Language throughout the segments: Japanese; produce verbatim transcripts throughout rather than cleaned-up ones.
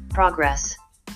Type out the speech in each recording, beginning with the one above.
Progress。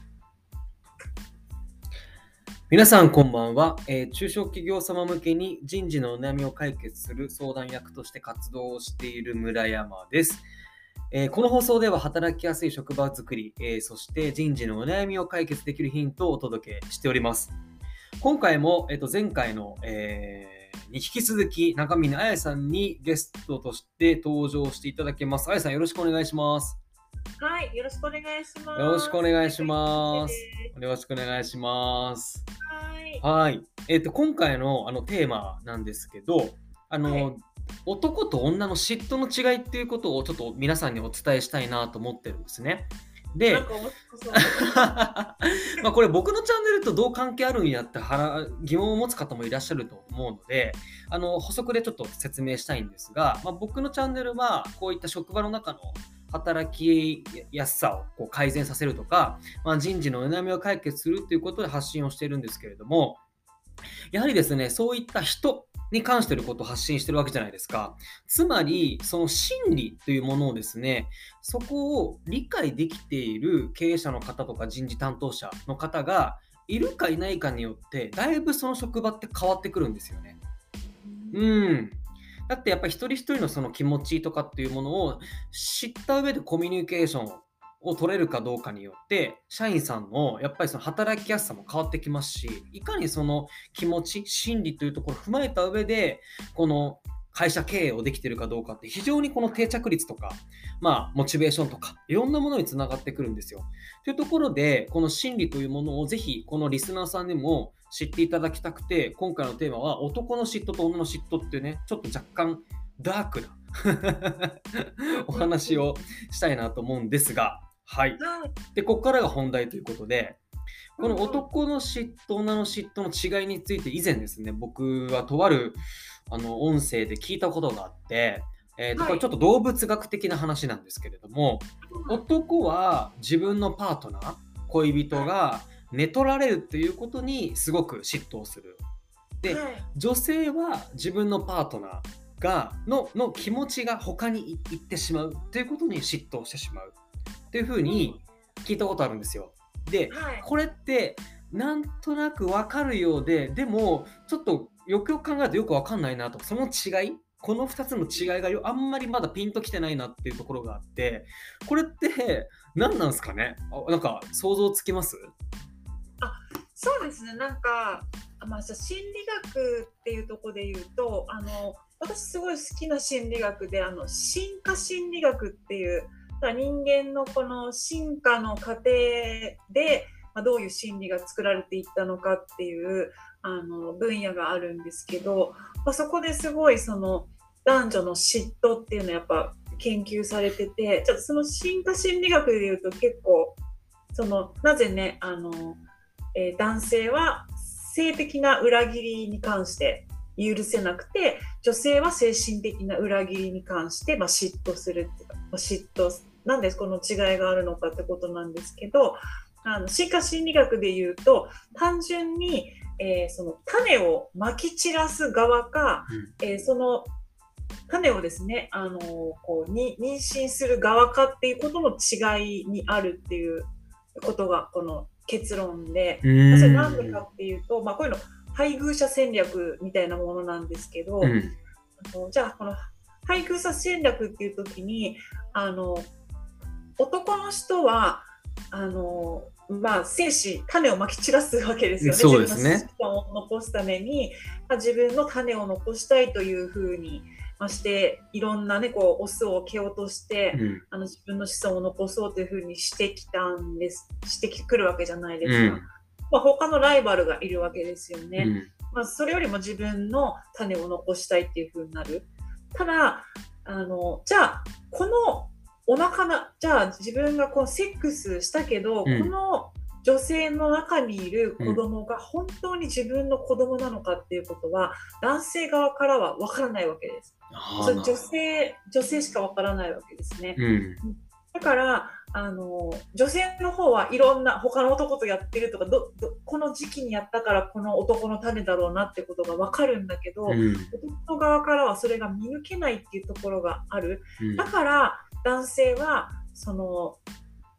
皆さんこんばんは、えー中小企業様向けに人事のお悩みを解決する相談役として活動をしている村山です。えーこの放送では働きやすい職場づくり、えーそして人事のお悩みを解決できるヒントをお届けしております。今回も、えーと前回の、えーに引き続き中峰彩さんにゲストとして登場していただけます。彩さんよろしくお願いします。 はい、よろしくお願いします。 よろしくお願いします。 はよろしくお願いします。 い。 はい。えっと、今回のあのテーマなんですけど、あの、 はい男と女の嫉妬の違いっていうことをちょっと皆さんにお伝えしたいなと思ってるんですね。で、 なんか面白そう。 まあこれ僕のチャンネルとどう関係あるんやって腹疑問を持つ方もいらっしゃると思うので、あの補足でちょっと説明したいんですが、まあ、僕のチャンネルはこういった職場の中の働きやすさをこう改善させるとか、まあ、人事のお悩みを解決するということで発信をしているんですけれども、やはりですね、そういった人に関していることを発信してるわけじゃないですか。つまり、その心理というものをですね、そこを理解できている経営者の方とか人事担当者の方がいるかいないかによって、だいぶその職場って変わってくるんですよね。うん。だってやっぱり一人一人のその気持ちとかっていうものを知った上でコミュニケーションを取れるかどうかによって社員さんのやっぱりその働きやすさも変わってきますし、いかにその気持ち心理というところを踏まえた上でこの会社経営をできているかどうかって非常にこの定着率とか、まあ、モチベーションとかいろんなものにつながってくるんですよ。というところでこの心理というものをぜひこのリスナーさんにも知っていただきたくて、今回のテーマは男の嫉妬と女の嫉妬っていうね、ちょっと若干ダークなお話をしたいなと思うんですが、はい。 はいで、ここからが本題ということで、この男の嫉妬、女の嫉妬の違いについて以前ですね、僕はとあるあの音声で聞いたことがあって、えーとはいこれちょっと動物学的な話なんですけれども、男は自分のパートナー、恋人が寝取られるっていうことにすごく嫉妬をする。で、 はい女性は自分のパートナーがのの気持ちが他に行ってしまうっていうことに嫉妬してしまうっていうふうに聞いたことあるんですよ。で、 はいこれってなんとなくわかるようで、でもちょっとよくよく考えるとよくわかんないなと、その違い、このふたつの違いがよあんまりまだピンときてないなっていうところがあって、これって何なんですかね。あ、なんか想像つきます？ そうですね。なんか、あまあ、じゃあ心理学っていうところで言うと、あの私すごい好きな心理学で、あの進化心理学っていう、だから人間のこの進化の過程で、まあ、どういう心理が作られていったのかっていうあの分野があるんですけど、まあ、そこですごいその男女の嫉妬っていうのはやっぱ研究されてて、ちょっとその進化心理学で言うと結構そのなぜねあの、えー男性は性的な裏切りに関して許せなくて、女性は精神的な裏切りに関して、まあ、嫉妬するっていうか、まあ、嫉妬なんでこの違いがあるのかってことなんですけど、あの進化心理学で言うと単純に、えーその種をまき散らす側か、えーその種をですね、あのこうに妊娠する側かっていうことの違いにあるっていうことがこの結論で、 うーんまあそれなんでかっていうと、まあ、こういうの配偶者戦略みたいなものなんですけど、 うんあのじゃあこの配偶者戦略っていう時にあの男の人はあのまあ精子種をまき散らすわけですよね。 そうですね自分の子孫を残すために、まあ、自分の種を残したいというふうに、まあ、していろんなねこうオスを蹴落として、 うんあの自分の子孫を残そうというふうにしてきたんですしてくるわけじゃないですか。 うんまあ、他のライバルがいるわけですよね。 うんまあ、それよりも自分の種を残したいっていう風になる。ただあのじゃあこのお腹なじゃあ自分がこうセックスしたけど、 うんこの女性の中にいる子供が本当に自分の子供なのかっていうことは、男性側からは分からないわけです。 あーそれ女性女性しか分からないわけですね。 うんだからあの女性の方はいろんな他の男とやってるとかどどこの時期にやったからこの男の種だろうなってことが分かるんだけど、 うん男側からはそれが見抜けないっていうところがある。 うんだから男性はその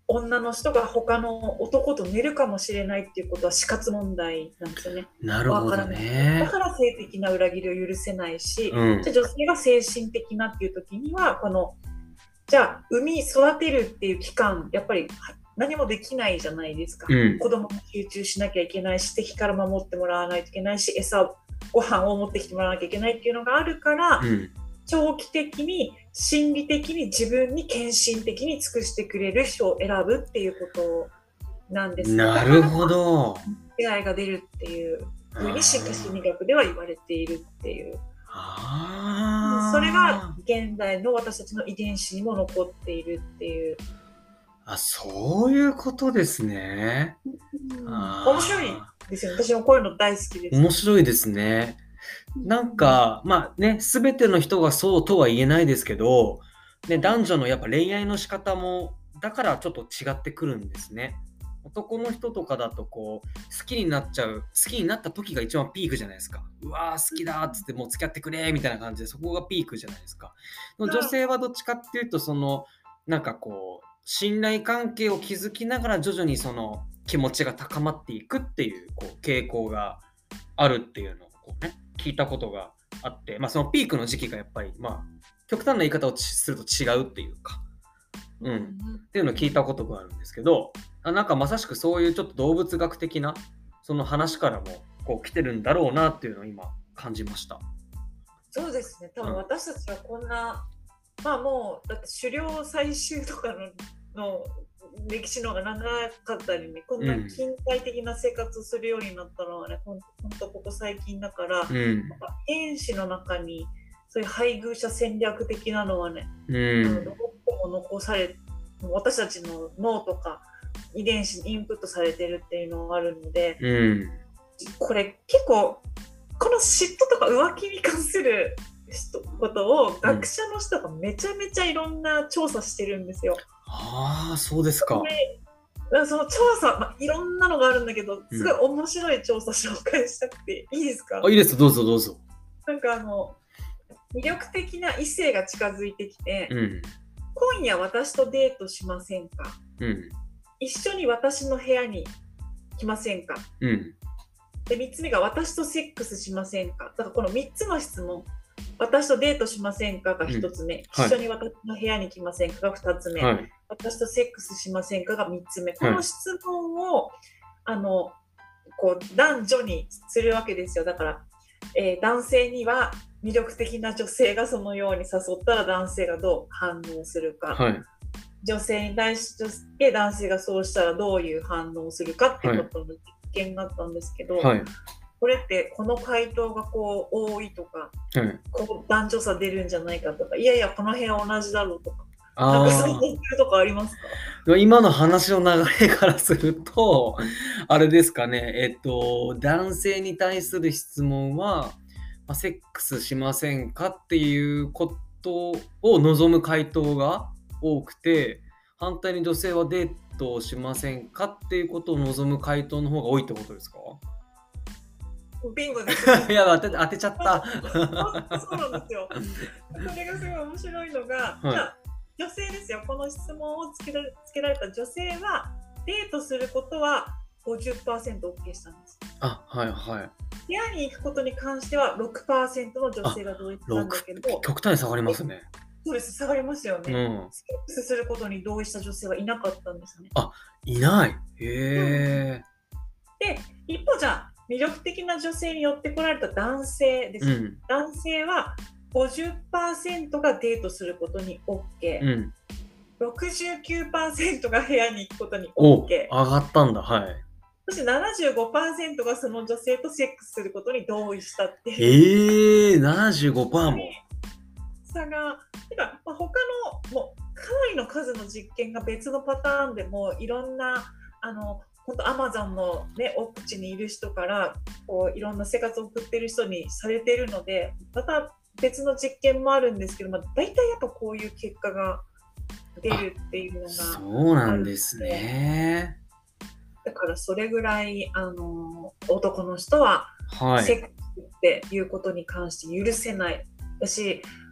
女の人が他の男と寝るかもしれないっていうことは死活問題なんですよね。 なるほどわからない。だね。 から性的な裏切りを許せないし、 うんじゃあ女性が精神的なっていう時にはこのじゃあ産み育てるっていう期間やっぱり何もできないじゃないですか、 うん子供に集中しなきゃいけないし敵から守ってもらわないといけないし餌をご飯を持ってきてもらわなきゃいけないっていうのがあるから、 うん長期的に心理的に自分に献身的に尽くしてくれる人を選ぶっていうことなんです。 なるほど。 出会いが出るっていうふうに進化心理学では言われているっていう。 あそれが現代の私たちの遺伝子にも残っているっていう。 あ、そういうことですね。 うんあー面白いですよね。私もこういうの大好きです。 面白いですね。なんか、まあね、すべての人がそうとは言えないですけど、ね、男女のやっぱ恋愛の仕方も、だからちょっと違ってくるんですね。男の人とかだとこう、好きになっちゃう、好きになった時が一番ピークじゃないですか。うわー好きだっつってもう付き合ってくれみたいな感じで、そこがピークじゃないですか。でも女性はどっちかっていうと、その、なんかこう、信頼関係を築きながら徐々にその気持ちが高まっていくっていう、こう傾向があるっていうのをこうね、聞いたことがあって、まあ、そのピークの時期がやっぱり、まあ、極端な言い方をすると違うっていうか、うん、っていうのを聞いたことがあるんですけど、あなんかまさしくそういうちょっと動物学的なその話からもこう来てるんだろうなっていうのを今感じました。 そうですね。多分私たちはこんな、うん、まあもうだって狩猟採集とかの、の歴史の方が長かったりね、こんな近代的な生活をするようになったのはね、ほんとここ最近だから、うん、なんか原子の中にそういう配偶者戦略的なのはね、うん、どこも残され、私たちの脳とか遺伝子にインプットされてるっていうのがあるので、うん、これ結構この嫉妬とか浮気に関することを学者の人がめちゃめちゃいろんな調査してるんですよ。 ああ、そうですか。 その調査、まあ、いろんなのがあるんだけど、すごい面白い調査紹介したくていいですか？ あ、いいです、どうぞどうぞ。 なんかあの魅力的な異性が近づいてきて、 うん、 今夜私とデートしませんか、うん、一緒に私の部屋に来ませんか、うん、でみっつめが私とセックスしませんか。だからこのみっつの質問、私とデートしませんかがひとつめ、うんはい、一緒に私の部屋に来ませんかがふたつめ、はい、私とセックスしませんかがみっつめ、この質問を、はい、あのこう男女にするわけですよ。だから、えー、男性には魅力的な女性がそのように誘ったら男性がどう反応するか、はい、女性に対して男性がそうしたらどういう反応をするかっていうことの実験があったんですけど、はい、これってこの回答がこう多いとか、はい、こう男女差出るんじゃないかとか、いやいやこの部屋同じだろうとか、なんかそういうとかありますか？ 今の話の流れからするとあれですかね、えっと男性に対する質問は、まあ、セックスしませんかっていうことを望む回答が多くて、反対に女性はデートをしませんかっていうことを望む回答の方が多いってことですか？ ビンゴですよ、ね、 いや当て、当てちゃったそうなんですよ。それがすごい面白いのが、はい、じゃあ女性ですよ。この質問をつけられ、つけられた女性はデートすることは ごじゅっパーセントオーケー したんです。 あ、はいはい。 部屋に行くことに関しては ろくパーセント の女性が同意したんだけど、 極端に下がりますね。 そうです、下がりますよね、うん、セックスすることに同意した女性はいなかったんですね。 あ、いない。へえ、 うん。で、一方じゃあ魅力的な女性に寄ってこられた男性です、うん、男性は ごじゅっパーセント がデートすることに OK、うん、ろくじゅうきゅうパーセント が部屋に行くことに OK。 上がったんだ。はい。 そして ななじゅうごパーセント がその女性とセックスすることに同意したっていう。 えー、ななじゅうごパーセント も差が、てか、まあ、他のもうかなりの数の実験が別のパターンでもいろんなあの本当アマゾンの、ね、奥地にいる人からこういろんな生活を送っている人にされているので、また別の実験もあるんですけど、まあ、大体やっぱこういう結果が出るっていうのが、 そうなんですね。 だからそれぐらいあの男の人はセックスっていうことに関して許せない。私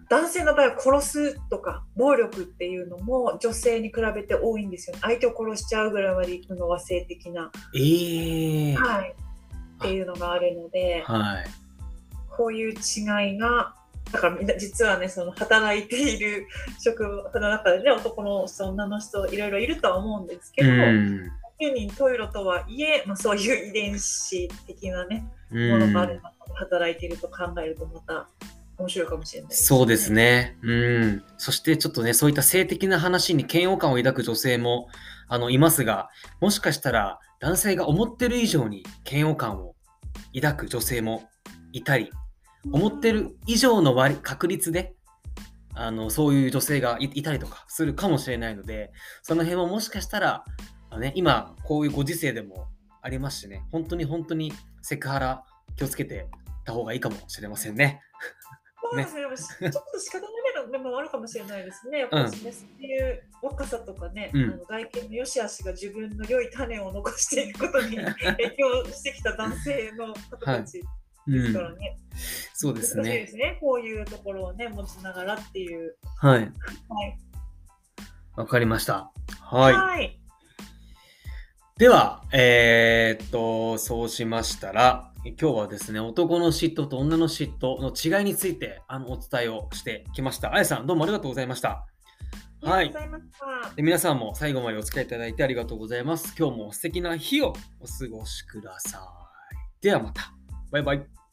男性の場合は殺すとか暴力っていうのも女性に比べて多いんですよね。相手を殺しちゃうぐらいまで行くのは性的な、 えー、 はい、っていうのがあるので、 はい、 こういう違いが、だからみんな実はね、その働いている職場の中でね、男の人、女の人いろいろいるとは思うんですけど、きゅうにん十色とはいえ、まあ、そういう遺伝子的なね、ものがある中で働いていると考えるとまた面白いかもしれないですね。 そうですね。うん。そしてちょっとね、そういった性的な話に嫌悪感を抱く女性もあのいますが、もしかしたら男性が思ってる以上に嫌悪感を抱く女性もいたり、思ってる以上の割確率であのそういう女性が い, いたりとかするかもしれないので、その辺ももしかしたら、あのね、今こういうご時世でもありますしね、本当に本当にセクハラ気をつけてた方がいいかもしれませんね。 そうですね、ね、ちょっと仕方ない部分もあるかもしれないですね。やっぱりね、うん、そういう若さとかね、うん、あの外見の良し悪しが自分の良い種を残していくことに影響してきた男性の方たちですからね。はい、うん、 そうですね。 難しいですね。こういうところをね、持ちながらっていう。 はい。はい。 わかりました。はい。 はい。 では、えー、っと、そうしましたら、今日はですね、男の嫉妬と女の嫉妬の違いについてあのお伝えをしてきました。あやさん、どうもありがとうございました。 はい。 で、皆さんも最後までお付き合いいただいてありがとうございます。今日も素敵な日をお過ごしください。ではまた。バイバイ。